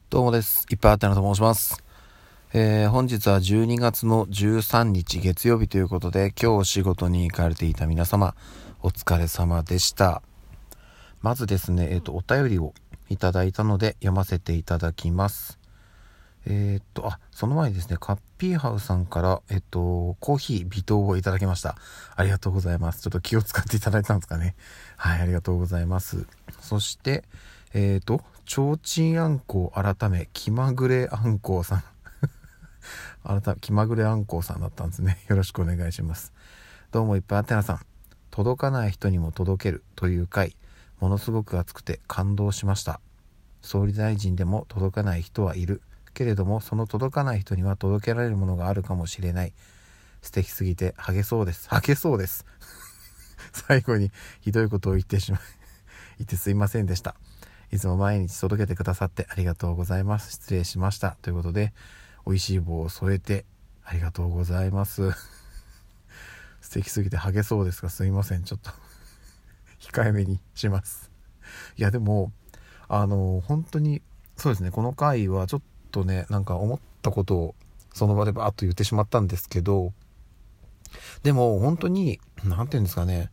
どうもです。いっぱいあったなと申します。本日は12月の13日月曜日ということで、今日お仕事に行かれていた皆様、お疲れ様でした。まずですね、お便りをいただいたので読ませていただきます。その前にですね、カッピーハウさんから、コーヒー微糖をいただきました。ありがとうございます。ちょっと気を使っていただいたんですかね。はい、ありがとうございます。そして、ちょうちんあんこう改め、気まぐれあんこうさん。気まぐれあんこうさんだったんですね。よろしくお願いします。どうもいっぱいあってなさん。届かない人にも届けるという回、ものすごく熱くて感動しました。総理大臣でも届かない人はいる。けれどもその届かない人には届けられるものがあるかもしれない。素敵すぎてハゲそうです最後にひどいことを言ってすいませんでした。いつも毎日届けてくださってありがとうございます。失礼しましたということで、美味しい棒を添えてありがとうございます素敵すぎてハゲそうですが、すいません、ちょっと控えめにします。いやでも本当にそうですね、この回はちょっとね、なんか思ったことをその場でバーッと言ってしまったんですけど、でも本当になんていうんですかね、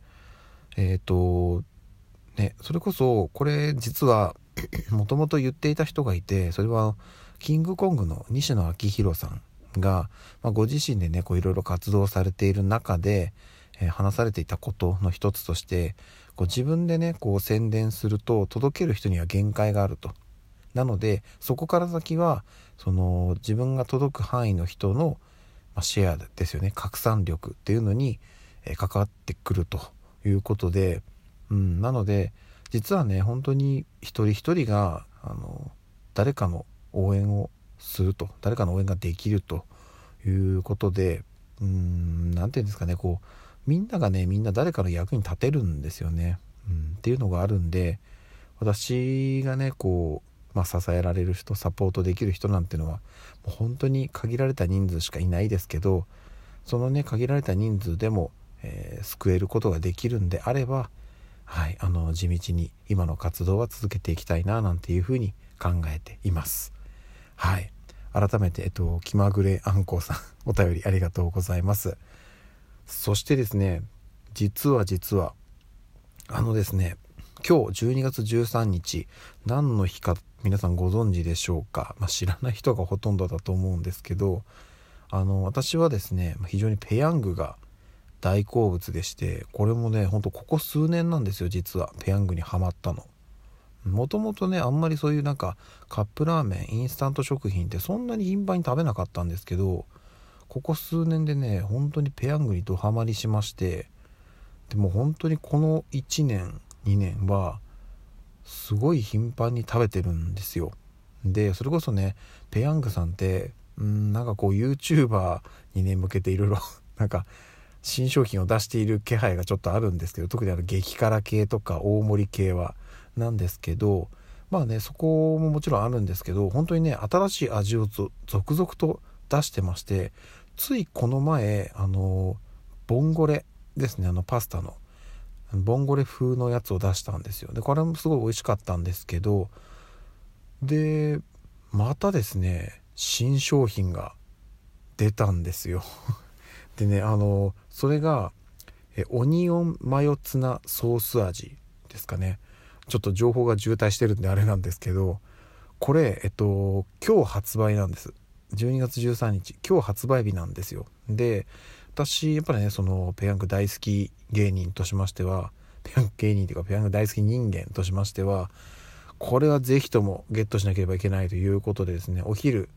それこそこれ実はもともと言っていた人がいて、それはキングコングの西野昭弘さんが、ご自身でねこういろいろ活動されている中で、話されていたことの一つとして、こう自分でねこう宣伝すると届ける人には限界があると。なのでそこから先はその自分が届く範囲の人の、シェアですよね、拡散力っていうのに、関わってくるということで、なので実はね本当に一人一人が誰かの応援をすると、誰かの応援ができるということで、なんていうんですかね、こうみんながねみんな誰かの役に立てるんですよね、っていうのがあるんで、私がねこう、支えられる人、サポートできる人なんてのはもう本当に限られた人数しかいないですけど、そのね限られた人数でも、救えることができるんであれば、はい、地道に今の活動は続けていきたいななんていうふうに考えています。はい、改めて気まぐれあんこうさんお便りありがとうございます。そしてですね、実はですね、今日12月13日何の日か皆さんご存知でしょうか。知らない人がほとんどだと思うんですけど、私はですね非常にペヤングが大好物でして、これもねほんとここ数年なんですよ、実はペヤングにハマったの。もともとねあんまりそういうなんかカップラーメン、インスタント食品ってそんなに頻繁に食べなかったんですけど、ここ数年でね本当にペヤングにドハマりしまして、でも本当にこの1年2年はすごい頻繁に食べてるんですよ。でそれこそねペヤングさんってなんかこう YouTuber にね向けていろいろなんか新商品を出している気配がちょっとあるんですけど、特に激辛系とか大盛り系はなんですけど、そこももちろんあるんですけど、本当にね新しい味を続々と出してまして、ついこの前ボンゴレですね、パスタのボンゴレ風のやつを出したんですよ。でこれもすごい美味しかったんですけど、でまたですね新商品が出たんですよでねそれがオニオンマヨツナソース味ですかね。ちょっと情報が渋滞してるんであれなんですけど、これ今日発売なんです。12月13日今日発売日なんですよ。で私やっぱりねそのペヤング大好き芸人としましては、ペヤング芸人というかペヤング大好き人間としましては、これはぜひともゲットしなければいけないということでですね、お昼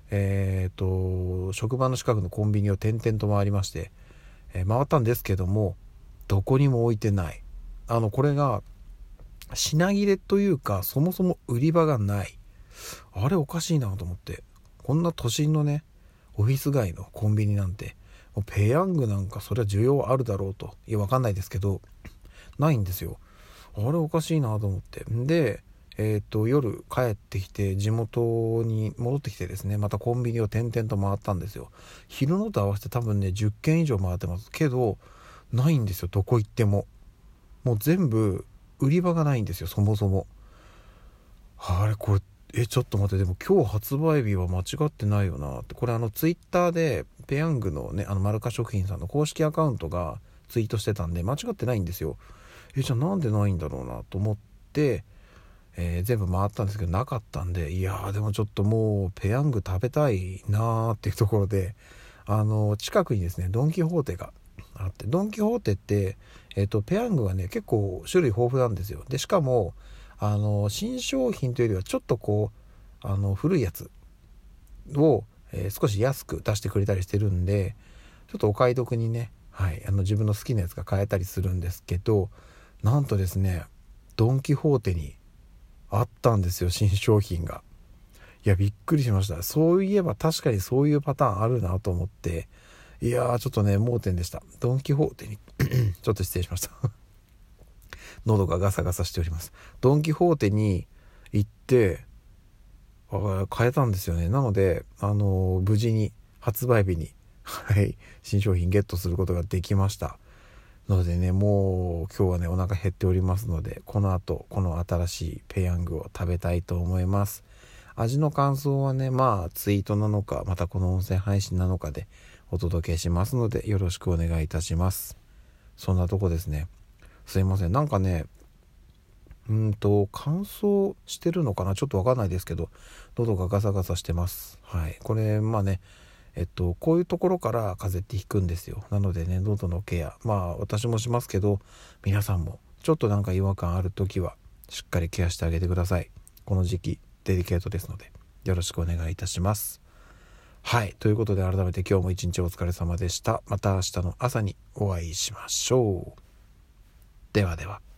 職場の近くのコンビニを転々と回りまして、回ったんですけどもどこにも置いてない。これが品切れというか、そもそも売り場がない。あれおかしいなと思って、こんな都心のねオフィス街のコンビニなんてもうペヤングなんかそれは需要あるだろうと、いやわかんないですけどないんですよ。あれおかしいなと思って、で夜帰ってきて地元に戻ってきてですね、またコンビニを転々と回ったんですよ。昼のと合わせて多分ね10軒以上回ってますけどないんですよ、どこ行っても。もう全部売り場がないんですよ、そもそも。あれこれちょっと待って、でも今日発売日は間違ってないよなって。これツイッターでペヤングのね、マルカ食品さんの公式アカウントがツイートしてたんで間違ってないんですよ。じゃあなんでないんだろうなと思って、全部回ったんですけどなかったんで、いやーでもちょっともうペヤング食べたいなーっていうところで、近くにですねドン・キホーテがあって、ドン・キホーテって、ペヤングはね結構種類豊富なんですよ。でしかも新商品というよりはちょっと古いやつを、少し安く出してくれたりしてるんで、ちょっとお買い得にね、自分の好きなやつが買えたりするんですけど、なんとですねドン・キホーテにあったんですよ、新商品が。いやびっくりしました。そういえば確かにそういうパターンあるなと思って、いやーちょっとね盲点でした。ドン・キホーテにちょっと失礼しました喉がガサガサしております。ドン・キホーテに行って買えたんですよね。なので無事に発売日に新商品ゲットすることができましたのでね、もう今日はねお腹減っておりますので、この後この新しいペヤングを食べたいと思います。味の感想はねツイートなのかまたこの音声配信なのかでお届けしますのでよろしくお願いいたします。そんなとこですね。すいません、なんかね乾燥してるのかな、ちょっとわかんないですけど喉がガサガサしてます。これこういうところから風邪ってひくんですよ。なのでね喉のケア私もしますけど、皆さんもちょっとなんか違和感あるときはしっかりケアしてあげてください。この時期デリケートですのでよろしくお願いいたします。ということで改めて今日も一日お疲れ様でした。また明日の朝にお会いしましょう。ではでは。